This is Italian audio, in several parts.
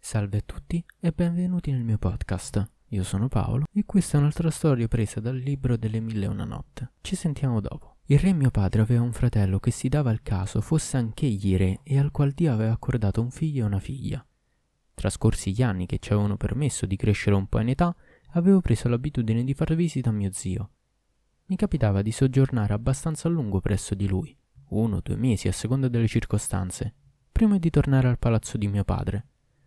Salve a tutti e benvenuti nel mio podcast. Io sono Paolo e questa è un'altra storia presa dal libro delle 1001 notte. Ci sentiamo dopo. Il re mio padre aveva un fratello che si dava il caso fosse anch'egli re e al qual Dio aveva accordato un figlio e una figlia. Trascorsi gli anni che ci avevano permesso di crescere un po' in età, avevo preso l'abitudine di far visita a mio zio. Mi capitava di soggiornare abbastanza a lungo presso di lui, 1 o 2 mesi a seconda delle circostanze, prima di tornare al palazzo di mio padre.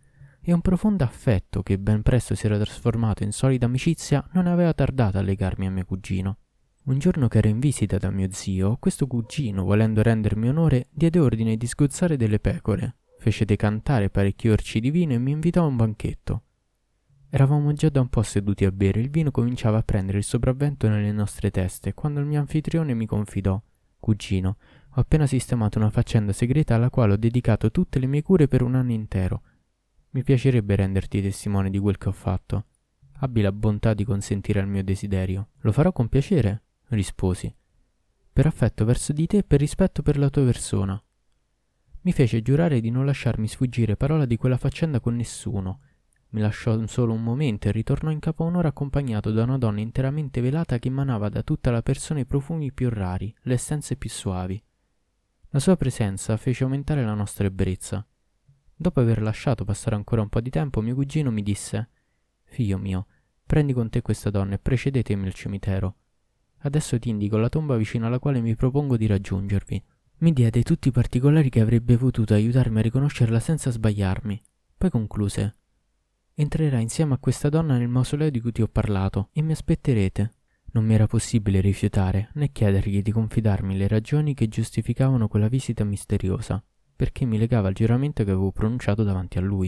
E un profondo affetto che ben presto si era trasformato in solida amicizia non aveva tardato a legarmi a mio cugino. Un giorno che ero in visita da mio zio, questo cugino, volendo rendermi onore, diede ordine di sgozzare delle pecore, fece decantare parecchi orci di vino e mi invitò a un banchetto. Eravamo già da un po' seduti a bere e il vino cominciava a prendere il sopravvento nelle nostre teste quando il mio anfitrione mi confidò: «Cugino, ho appena sistemato una faccenda segreta alla quale ho dedicato tutte le mie cure per un anno intero. Mi piacerebbe renderti testimone di quel che ho fatto. Abbi la bontà di consentire al mio desiderio». «Lo farò con piacere», risposi, «per affetto verso di te e per rispetto per la tua persona». Mi fece giurare di non lasciarmi sfuggire parola di quella faccenda con nessuno. Mi lasciò solo un momento e ritornò in capo a un'ora accompagnato da una donna interamente velata che emanava da tutta la persona i profumi più rari, le essenze più suavi. La sua presenza fece aumentare la nostra ebbrezza. Dopo aver lasciato passare ancora un po' di tempo, mio cugino mi disse: «Figlio mio, prendi con te questa donna e precedetemi al cimitero. Adesso ti indico la tomba vicino alla quale mi propongo di raggiungervi». Mi diede tutti i particolari che avrebbe potuto aiutarmi a riconoscerla senza sbagliarmi. Poi concluse: «Entrerai insieme a questa donna nel mausoleo di cui ti ho parlato e mi aspetterete». Non mi era possibile rifiutare né chiedergli di confidarmi le ragioni che giustificavano quella visita misteriosa, perché mi legava al giuramento che avevo pronunciato davanti a lui.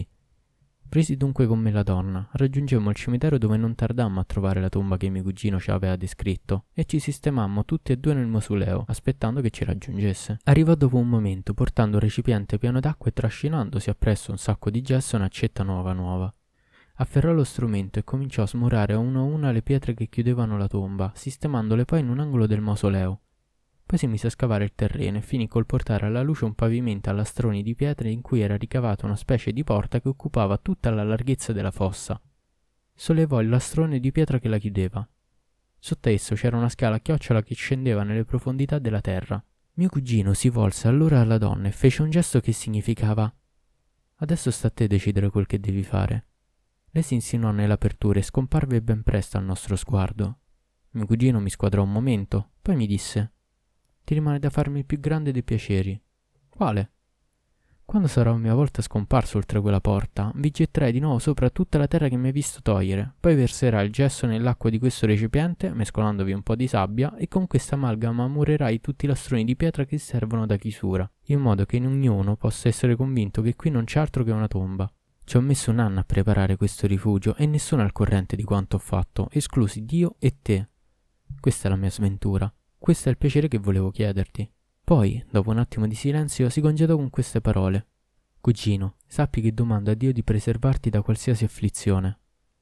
Presi dunque con me la donna, raggiungemmo il cimitero dove non tardammo a trovare la tomba che mio cugino ci aveva descritto e ci sistemammo tutti e due nel mausoleo, aspettando che ci raggiungesse. Arrivò dopo un momento, portando un recipiente pieno d'acqua e trascinandosi appresso un sacco di gesso e un'accetta nuova. Afferrò lo strumento e cominciò a smurare a una le pietre che chiudevano la tomba, sistemandole poi in un angolo del mausoleo. Poi si mise a scavare il terreno e finì col portare alla luce un pavimento a lastroni di pietre in cui era ricavata una specie di porta che occupava tutta la larghezza della fossa. Sollevò il lastrone di pietra che la chiudeva. Sotto esso c'era una scala a chiocciola che scendeva nelle profondità della terra. Mio cugino si volse allora alla donna e fece un gesto che significava: «Adesso sta a te decidere quel che devi fare». Lei si insinuò nell'apertura e scomparve ben presto al nostro sguardo. Mio cugino mi squadrò un momento, poi mi disse: «Ti rimane da farmi il più grande dei piaceri». «Quale?» «Quando sarò a mia volta scomparso oltre quella porta, vi getterai di nuovo sopra tutta la terra che mi hai visto togliere, poi verserai il gesso nell'acqua di questo recipiente, mescolandovi un po' di sabbia, e con questa amalgama murerai tutti i lastroni di pietra che servono da chiusura, in modo che ognuno possa essere convinto che qui non c'è altro che una tomba. Ci ho messo un anno a preparare questo rifugio e nessuno è al corrente di quanto ho fatto, esclusi Dio e te. Questa è la mia sventura. Questo è il piacere che volevo chiederti». Poi, dopo un attimo di silenzio, si congedò con queste parole: «Cugino, sappi che domando a Dio di preservarti da qualsiasi afflizione».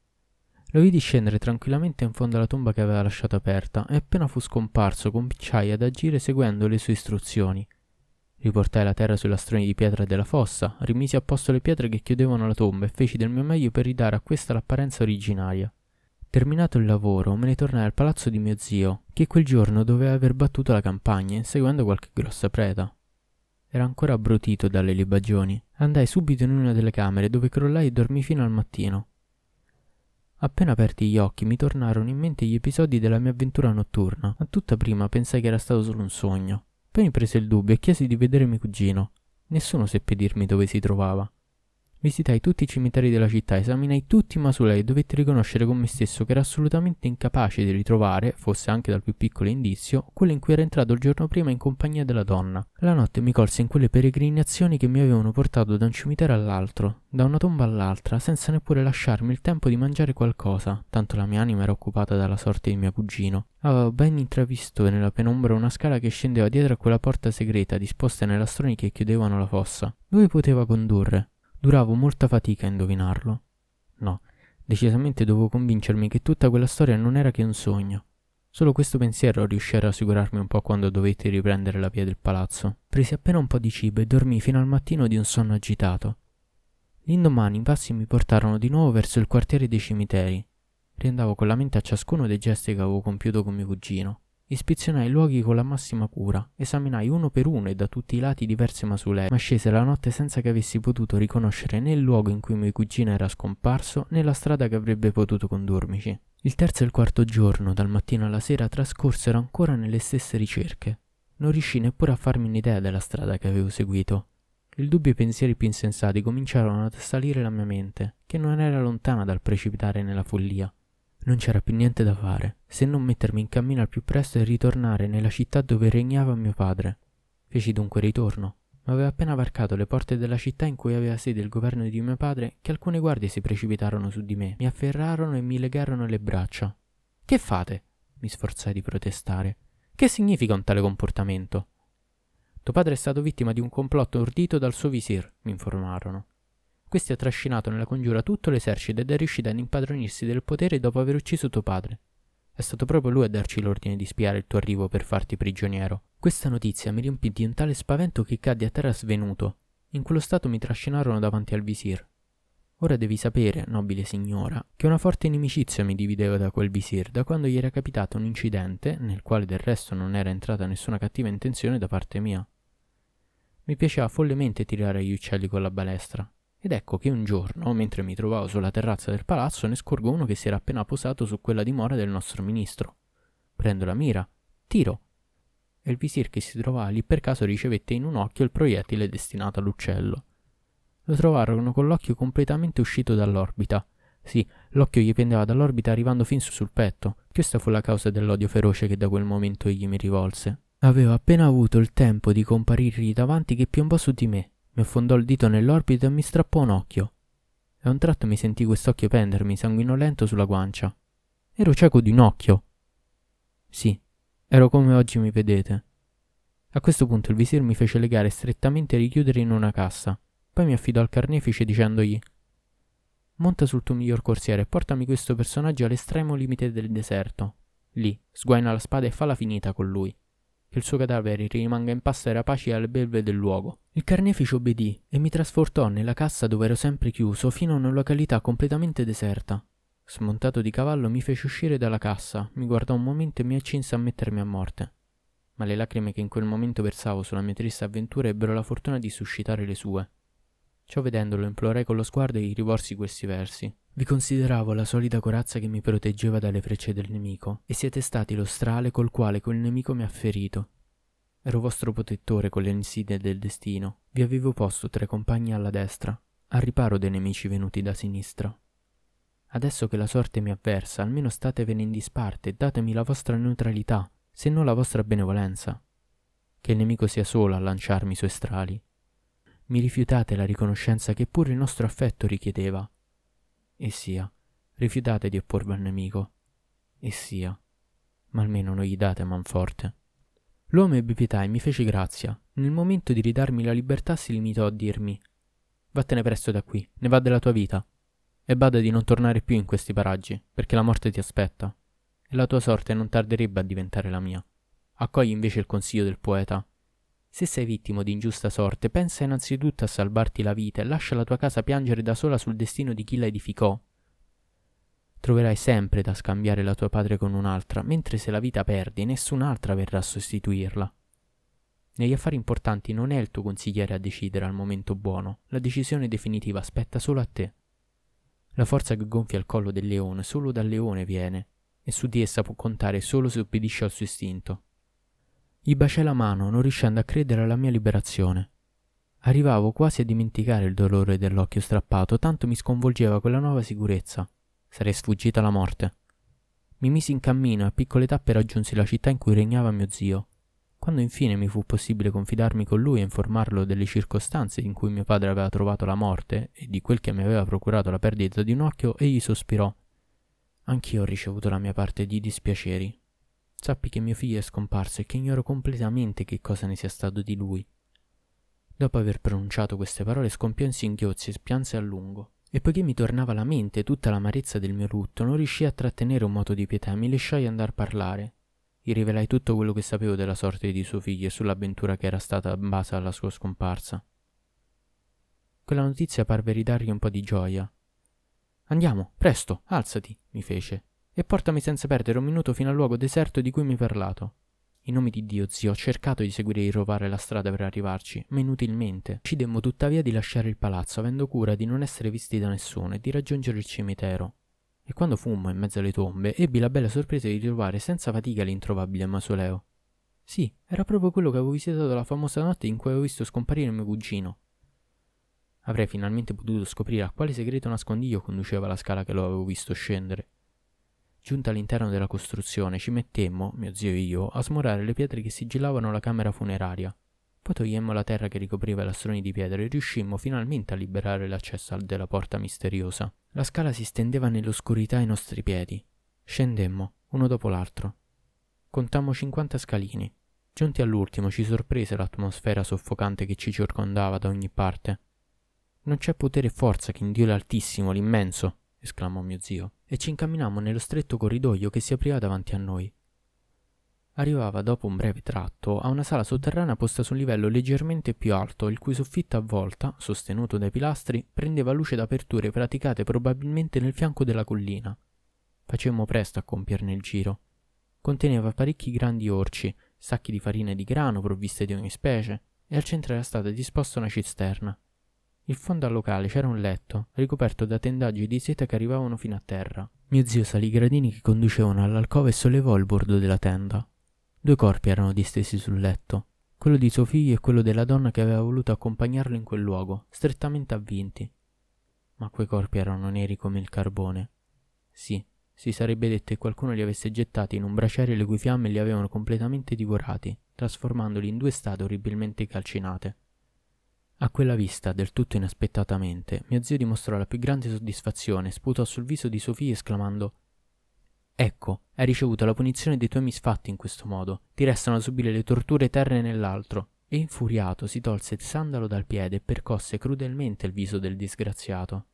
Lo vidi scendere tranquillamente in fondo alla tomba che aveva lasciato aperta e appena fu scomparso cominciai ad agire seguendo le sue istruzioni. Riportai la terra sui lastroni di pietra della fossa, rimisi a posto le pietre che chiudevano la tomba e feci del mio meglio per ridare a questa l'apparenza originaria. Terminato il lavoro, me ne tornai al palazzo di mio zio, che quel giorno doveva aver battuto la campagna inseguendo qualche grossa preda. Era ancora abbrutito dalle libagioni. Andai subito in una delle camere dove crollai e dormii fino al mattino. Appena aperti gli occhi mi tornarono in mente gli episodi della mia avventura notturna. A tutta prima pensai che era stato solo un sogno. Poi mi prese il dubbio e chiesi di vedere mio cugino. Nessuno seppe dirmi dove si trovava. Visitai tutti i cimiteri della città, esaminai tutti i mausolei e dovetti riconoscere con me stesso che ero assolutamente incapace di ritrovare, fosse anche dal più piccolo indizio, quello in cui era entrato il giorno prima in compagnia della donna. La notte mi colse in quelle peregrinazioni che mi avevano portato da un cimitero all'altro, da una tomba all'altra, senza neppure lasciarmi il tempo di mangiare qualcosa, tanto la mia anima era occupata dalla sorte di mio cugino. Avevo ben intravisto nella penombra una scala che scendeva dietro a quella porta segreta disposta nei lastroni che chiudevano la fossa. Dove poteva condurre? Duravo molta fatica a indovinarlo. No, decisamente dovevo convincermi che tutta quella storia non era che un sogno. Solo questo pensiero riuscì a rassicurarmi un po' quando dovetti riprendere la via del palazzo. Presi appena un po' di cibo e dormii fino al mattino di un sonno agitato. L'indomani i passi mi portarono di nuovo verso il quartiere dei cimiteri. Riandavo con la mente a ciascuno dei gesti che avevo compiuto con mio cugino. Ispezionai i luoghi con la massima cura, esaminai uno per uno e da tutti i lati diverse mausolei, ma scese la notte senza che avessi potuto riconoscere né il luogo in cui mio cugino era scomparso né la strada che avrebbe potuto condurmici. Il terzo e il quarto giorno, dal mattino alla sera, trascorsero ancora nelle stesse ricerche. Non riuscii neppure a farmi un'idea della strada che avevo seguito. Il dubbio e i pensieri più insensati cominciarono ad assalire la mia mente, che non era lontana dal precipitare nella follia. Non c'era più niente da fare, se non mettermi in cammino al più presto e ritornare nella città dove regnava mio padre. Feci dunque ritorno, ma avevo appena varcato le porte della città in cui aveva sede il governo di mio padre che alcune guardie si precipitarono su di me, mi afferrarono e mi legarono le braccia. «Che fate?» mi sforzai di protestare. «Che significa un tale comportamento?» «Tuo padre è stato vittima di un complotto ordito dal suo visir», mi informarono. «Questi ha trascinato nella congiura tutto l'esercito ed è riuscito ad impadronirsi del potere dopo aver ucciso tuo padre. È stato proprio lui a darci l'ordine di spiare il tuo arrivo per farti prigioniero». Questa notizia mi riempì di un tale spavento che caddi a terra svenuto. In quello stato mi trascinarono davanti al visir. Ora devi sapere, nobile signora, che una forte inimicizia mi divideva da quel visir da quando gli era capitato un incidente, nel quale del resto non era entrata nessuna cattiva intenzione da parte mia. Mi piaceva follemente tirare gli uccelli con la balestra. Ed ecco che un giorno, mentre mi trovavo sulla terrazza del palazzo, ne scorgo uno che si era appena posato su quella dimora del nostro ministro. Prendo la mira, tiro, e il visir che si trovava lì per caso ricevette in un occhio il proiettile destinato all'uccello. Lo trovarono con l'occhio completamente uscito dall'orbita. Sì, l'occhio gli pendeva dall'orbita arrivando fin sul petto. Questa fu la causa dell'odio feroce che da quel momento egli mi rivolse. Avevo appena avuto il tempo di comparirgli davanti che piombò su di me, mi affondò il dito nell'orbita e mi strappò un occhio. E a un tratto mi sentii quest'occhio pendermi sanguinolento sulla guancia. Ero cieco di un occhio. Sì, ero come oggi mi vedete. A questo punto il visir mi fece legare strettamente e richiudere in una cassa. Poi mi affidò al carnefice dicendogli: «Monta sul tuo miglior corsiere e portami questo personaggio all'estremo limite del deserto. Lì, sguaina la spada e falla finita con lui. Che il suo cadavere rimanga in pasto ai rapaci e alle belve del luogo». Il carnefice obbedì e mi trasportò nella cassa dove ero sempre chiuso fino a una località completamente deserta. Smontato di cavallo mi fece uscire dalla cassa, mi guardò un momento e mi accinse a mettermi a morte. Ma le lacrime che in quel momento versavo sulla mia triste avventura ebbero la fortuna di suscitare le sue. Ciò vedendolo implorai con lo sguardo e gli rivolsi questi versi. «Vi consideravo la solida corazza che mi proteggeva dalle frecce del nemico, e siete stati lo strale col quale quel nemico mi ha ferito. Ero vostro protettore con le insidie del destino. Vi avevo posto tra i compagni alla destra, al riparo dei nemici venuti da sinistra. Adesso che la sorte mi avversa, almeno statevene in disparte e datemi la vostra neutralità, se non la vostra benevolenza. Che il nemico sia solo a lanciarmi i suoi strali. Mi rifiutate la riconoscenza che pure il nostro affetto richiedeva. E sia, rifiutate di opporvi al nemico. E sia, ma almeno non gli date manforte». L'uomo ebbe pietà e mi fece grazia. Nel momento di ridarmi la libertà si limitò a dirmi: «Vattene presto da qui, ne va della tua vita. E bada di non tornare più in questi paraggi, perché la morte ti aspetta. E la tua sorte non tarderebbe a diventare la mia. Accogli invece il consiglio del poeta. Se sei vittima di ingiusta sorte, pensa innanzitutto a salvarti la vita e lascia la tua casa piangere da sola sul destino di chi la edificò. Troverai sempre da scambiare la tua patria con un'altra, mentre se la vita perdi, nessun'altra verrà a sostituirla. Negli affari importanti non è il tuo consigliere a decidere al momento buono, la decisione definitiva spetta solo a te. La forza che gonfia il collo del leone solo dal leone viene, e su di essa può contare solo se obbedisce al suo istinto». Gli baciai la mano, non riuscendo a credere alla mia liberazione. Arrivavo quasi a dimenticare il dolore dell'occhio strappato, tanto mi sconvolgeva quella nuova sicurezza. Sarei sfuggita alla morte. Mi misi in cammino e a piccole tappe raggiunsi la città in cui regnava mio zio. Quando infine mi fu possibile confidarmi con lui e informarlo delle circostanze in cui mio padre aveva trovato la morte e di quel che mi aveva procurato la perdita di un occhio, egli sospirò: «Anch'io ho ricevuto la mia parte di dispiaceri. Sappi che mio figlio è scomparso e che ignoro completamente che cosa ne sia stato di lui». Dopo aver pronunciato queste parole scompiò in singhiozzi e pianse a lungo. E poiché mi tornava alla mente tutta l'amarezza del mio lutto, non riuscii a trattenere un moto di pietà e mi lasciai andar parlare. Gli rivelai tutto quello che sapevo della sorte di suo figlio e sull'avventura che era stata base alla sua scomparsa. Quella notizia parve ridargli un po' di gioia. «Andiamo, presto, alzati», mi fece, «e portami senza perdere un minuto fino al luogo deserto di cui mi hai parlato». In nome di Dio, zio, ho cercato di seguire e di rovare la strada per arrivarci, ma inutilmente. Decidemmo tuttavia di lasciare il palazzo, avendo cura di non essere visti da nessuno e di raggiungere il cimitero. E quando fummo in mezzo alle tombe, ebbi la bella sorpresa di trovare senza fatica l'introvabile mausoleo. Sì, era proprio quello che avevo visitato la famosa notte in cui avevo visto scomparire mio cugino. Avrei finalmente potuto scoprire a quale segreto nascondiglio conduceva la scala che lo avevo visto scendere. Giunta all'interno della costruzione, ci mettemmo, mio zio e io, a smorare le pietre che sigillavano la camera funeraria. Poi togliemmo la terra che ricopriva i lastroni di pietra e riuscimmo finalmente a liberare l'accesso della porta misteriosa. La scala si stendeva nell'oscurità ai nostri piedi. Scendemmo, uno dopo l'altro. Contammo 50 scalini. Giunti all'ultimo ci sorprese l'atmosfera soffocante che ci circondava da ogni parte. «Non c'è potere e forza che in Dio l'Altissimo, l'immenso», esclamò mio zio, e ci incamminammo nello stretto corridoio che si apriva davanti a noi. Arrivava dopo un breve tratto a una sala sotterranea posta su un livello leggermente più alto, il cui soffitto a volta, sostenuto dai pilastri, prendeva luce da aperture praticate probabilmente nel fianco della collina. Facemmo presto a compierne il giro. Conteneva parecchi grandi orci, sacchi di farina e di grano provviste di ogni specie, e al centro era stata disposta una cisterna. In fondo al locale c'era un letto, ricoperto da tendaggi di seta che arrivavano fino a terra. Mio zio salì i gradini che conducevano all'alcova e sollevò il bordo della tenda. 2 corpi erano distesi sul letto, quello di suo figlio e quello della donna che aveva voluto accompagnarlo in quel luogo, strettamente avvinti. Ma quei corpi erano neri come il carbone. Sì, si sarebbe detto che qualcuno li avesse gettati in un braciere le cui fiamme li avevano completamente divorati, trasformandoli in 2 statue orribilmente calcinate. A quella vista, del tutto inaspettatamente, mio zio dimostrò la più grande soddisfazione, sputò sul viso di suo figlio esclamando: «Ecco, hai ricevuto la punizione dei tuoi misfatti in questo modo, ti restano da subire le torture eterne nell'altro». E infuriato si tolse il sandalo dal piede e percosse crudelmente il viso del disgraziato.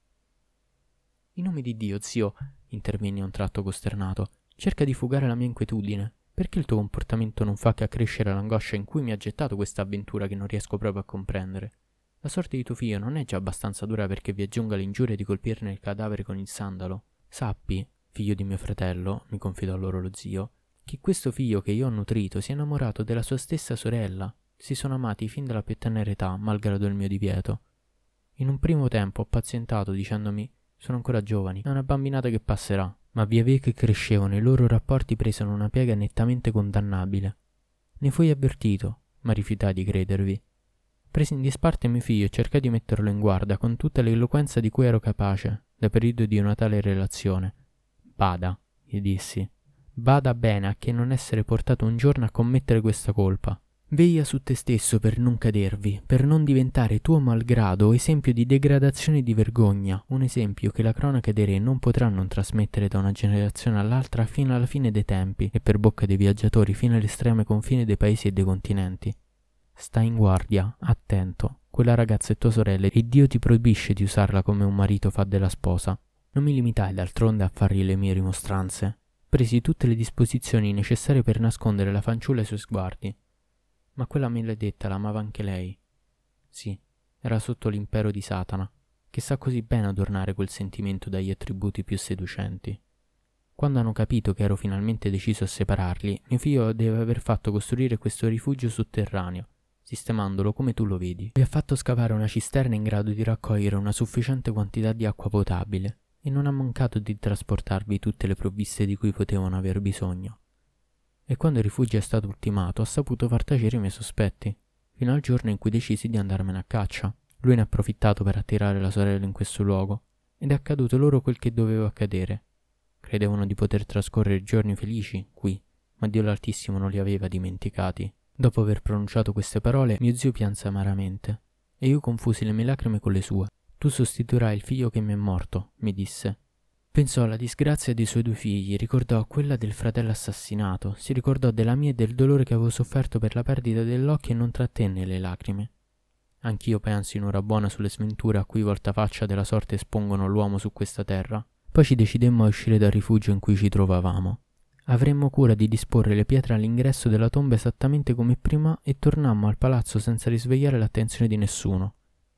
«In nome di Dio, zio», intervenni a un tratto costernato, «cerca di fugare la mia inquietudine. Perché il tuo comportamento non fa che accrescere l'angoscia in cui mi ha gettato questa avventura che non riesco proprio a comprendere? La sorte di tuo figlio non è già abbastanza dura perché vi aggiunga l'ingiuria di colpirne il cadavere con il sandalo? Sappi, figlio di mio fratello», mi confidò loro lo zio, «che questo figlio che io ho nutrito si è innamorato della sua stessa sorella. Si sono amati fin dalla più tenera età, malgrado il mio divieto. In un primo tempo ho pazientato dicendomi: sono ancora giovani, è una bambinata che passerà, ma via via che crescevano i loro rapporti presero una piega nettamente condannabile. Ne fui avvertito, ma rifiutai di credervi. Presi in disparte mio figlio e cercai di metterlo in guardia con tutta l'eloquenza di cui ero capace, da periodo di una tale relazione. «Bada», gli dissi, «bada bene a che non essere portato un giorno a commettere questa colpa. Veglia su te stesso per non cadervi, per non diventare tuo malgrado esempio di degradazione e di vergogna, un esempio che la cronaca dei re non potrà non trasmettere da una generazione all'altra fino alla fine dei tempi e per bocca dei viaggiatori fino all'estremo confine dei paesi e dei continenti. Sta in guardia, attento, quella ragazza è tua sorella e Dio ti proibisce di usarla come un marito fa della sposa». Non mi limitai d'altronde a fargli le mie rimostranze. Presi tutte le disposizioni necessarie per nascondere la fanciulla ai suoi sguardi. Ma quella maledetta l'amava anche lei. Sì, era sotto l'impero di Satana, che sa così bene adornare quel sentimento dagli attributi più seducenti. Quando hanno capito che ero finalmente deciso a separarli, mio figlio deve aver fatto costruire questo rifugio sotterraneo, sistemandolo come tu lo vedi. Vi ha fatto scavare una cisterna in grado di raccogliere una sufficiente quantità di acqua potabile, e non ha mancato di trasportarvi tutte le provviste di cui potevano aver bisogno. E quando il rifugio è stato ultimato, ha saputo far tacere i miei sospetti, fino al giorno in cui decisi di andarmene a caccia. Lui ne ha approfittato per attirare la sorella in questo luogo, ed è accaduto loro quel che doveva accadere. Credevano di poter trascorrere giorni felici qui, ma Dio l'Altissimo non li aveva dimenticati. Dopo aver pronunciato queste parole, mio zio pianse amaramente, e io confusi le mie lacrime con le sue. «Tu sostituirai il figlio che mi è morto», mi disse. Pensò alla disgrazia dei suoi 2 figli, ricordò quella del fratello assassinato, si ricordò della mia e del dolore che avevo sofferto per la perdita dell'occhio e non trattenne le lacrime. Anch'io penso in ora buona sulle sventure a cui voltafaccia della sorte espongono l'uomo su questa terra. Poi ci decidemmo a uscire dal rifugio in cui ci trovavamo. Avremmo cura di disporre le pietre all'ingresso della tomba esattamente come prima e tornammo al palazzo senza risvegliare l'attenzione di nessuno.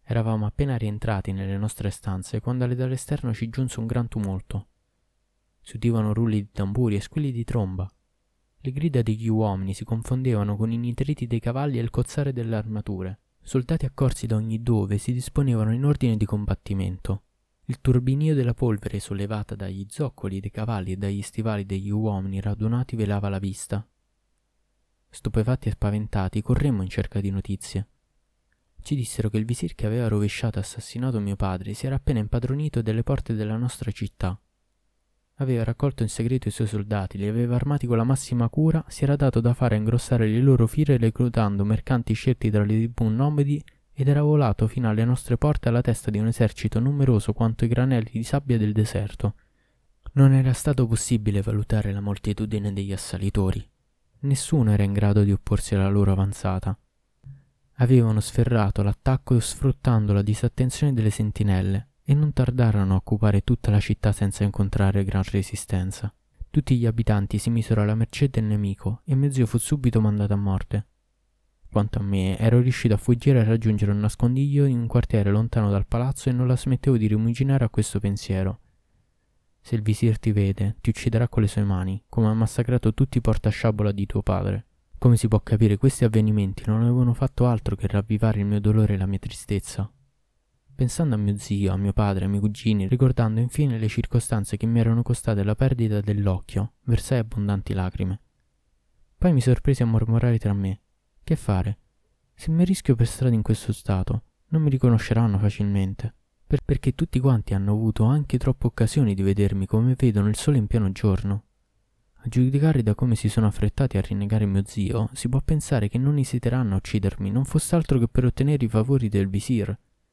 Eravamo appena rientrati nelle nostre stanze quando dall'esterno ci giunse un gran tumulto. Si udivano rulli di tamburi e squilli di tromba. Le grida degli uomini si confondevano con i nitriti dei cavalli e il cozzare delle armature. Soldati accorsi da ogni dove si disponevano in ordine di combattimento. Il turbinio della polvere sollevata dagli zoccoli dei cavalli e dagli stivali degli uomini radunati velava la vista. Stupefatti e spaventati corremmo in cerca di notizie. Ci dissero che il visir che aveva rovesciato e assassinato mio padre si era appena impadronito delle porte della nostra città. Aveva raccolto in segreto i suoi soldati, li aveva armati con la massima cura, si era dato da fare a ingrossare le loro file reclutando mercanti scelti tra le tribù nomadi ed era volato fino alle nostre porte alla testa di un esercito numeroso quanto i granelli di sabbia del deserto. Non era stato possibile valutare la moltitudine degli assalitori. Nessuno era in grado di opporsi alla loro avanzata. Avevano sferrato l'attacco sfruttando la disattenzione delle sentinelle e non tardarono a occupare tutta la città senza incontrare gran resistenza. Tutti gli abitanti si misero alla mercé del nemico e mio zio fu subito mandato a morte. Quanto a me, ero riuscito a fuggire e a raggiungere un nascondiglio in un quartiere lontano dal palazzo e non la smettevo di rimuginare a questo pensiero. Se il visir ti vede, ti ucciderà con le sue mani, come ha massacrato tutti i portasciabola di tuo padre. Come si può capire, questi avvenimenti non avevano fatto altro che ravvivare il mio dolore e la mia tristezza. Pensando a mio zio, a mio padre, ai miei cugini, ricordando infine le circostanze che mi erano costate la perdita dell'occhio, versai abbondanti lacrime. Poi mi sorpresi a mormorare tra me: che fare? Se mi rischio per strada in questo stato, non mi riconosceranno facilmente, perché tutti quanti hanno avuto anche troppe occasioni di vedermi come vedono il sole in pieno giorno. A giudicare da come si sono affrettati a rinnegare mio zio, si può pensare che non esiteranno a uccidermi, non fosse altro che per ottenere i favori del visir.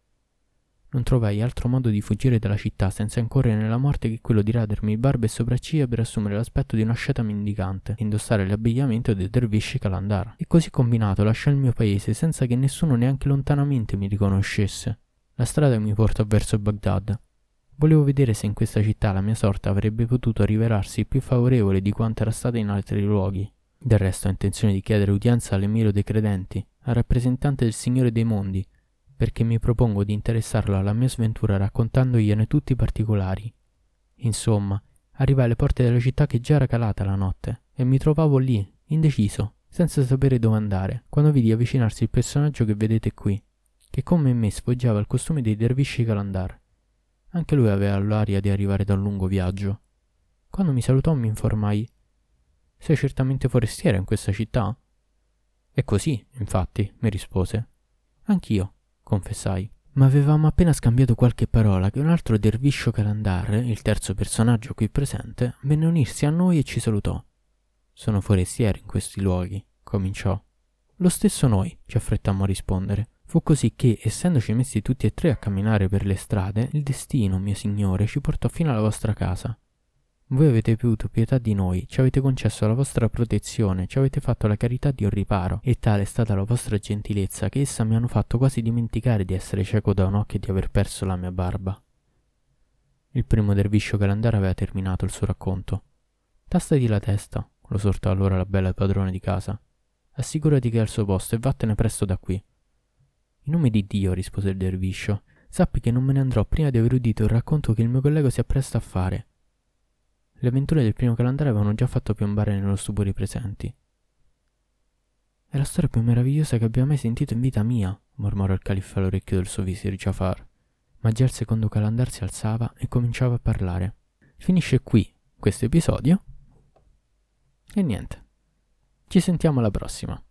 Non trovai altro modo di fuggire dalla città senza incorrere nella morte che quello di radermi barba e sopracciglia per assumere l'aspetto di una sceta mendicante e indossare l'abbigliamento dei dervisci Kalandar. E così combinato lasciai il mio paese senza che nessuno neanche lontanamente mi riconoscesse. La strada mi portò verso Baghdad. Volevo vedere se in questa città la mia sorte avrebbe potuto rivelarsi più favorevole di quanto era stata in altri luoghi. Del resto ho intenzione di chiedere udienza all'emiro dei credenti, al rappresentante del Signore dei Mondi, perché mi propongo di interessarlo alla mia sventura raccontandogliene tutti i particolari. Insomma, arrivai alle porte della città che già era calata la notte e mi trovavo lì, indeciso, senza sapere dove andare, quando vidi avvicinarsi il personaggio che vedete qui, che come me sfoggiava il costume dei dervisci Kalandar. Anche lui aveva l'aria di arrivare da un lungo viaggio. Quando mi salutò mi informai: «Sei certamente forestiera in questa città?» «È così, infatti», mi rispose. «Anch'io», confessai. Ma avevamo appena scambiato qualche parola che un altro derviscio Kalandar, il terzo personaggio qui presente, venne a unirsi a noi e ci salutò. «Sono forestieri in questi luoghi», cominciò. «Lo stesso noi», ci affrettammo a rispondere. Fu così che, essendoci messi tutti e tre a camminare per le strade, il destino, mio signore, ci portò fino alla vostra casa. Voi avete avuto pietà di noi, ci avete concesso la vostra protezione, ci avete fatto la carità di un riparo, e tale è stata la vostra gentilezza che essa mi hanno fatto quasi dimenticare di essere cieco da un occhio e di aver perso la mia barba». Il primo derviscio Kalandar aveva terminato il suo racconto. «Tastati la testa», lo esortò allora la bella padrona di casa. «Assicurati che è al suo posto e vattene presto da qui». «In nome di Dio», rispose il derviscio, «sappi che non me ne andrò prima di aver udito il racconto che il mio collega si appresta a fare». Le avventure del primo Kalandar avevano già fatto piombare nello stupore i presenti. «È la storia più meravigliosa che abbia mai sentito in vita mia», mormorò il califfo all'orecchio del suo visir Jafar. Ma già il secondo Kalandar si alzava e cominciava a parlare. «Finisce qui questo episodio. E niente. Ci sentiamo alla prossima».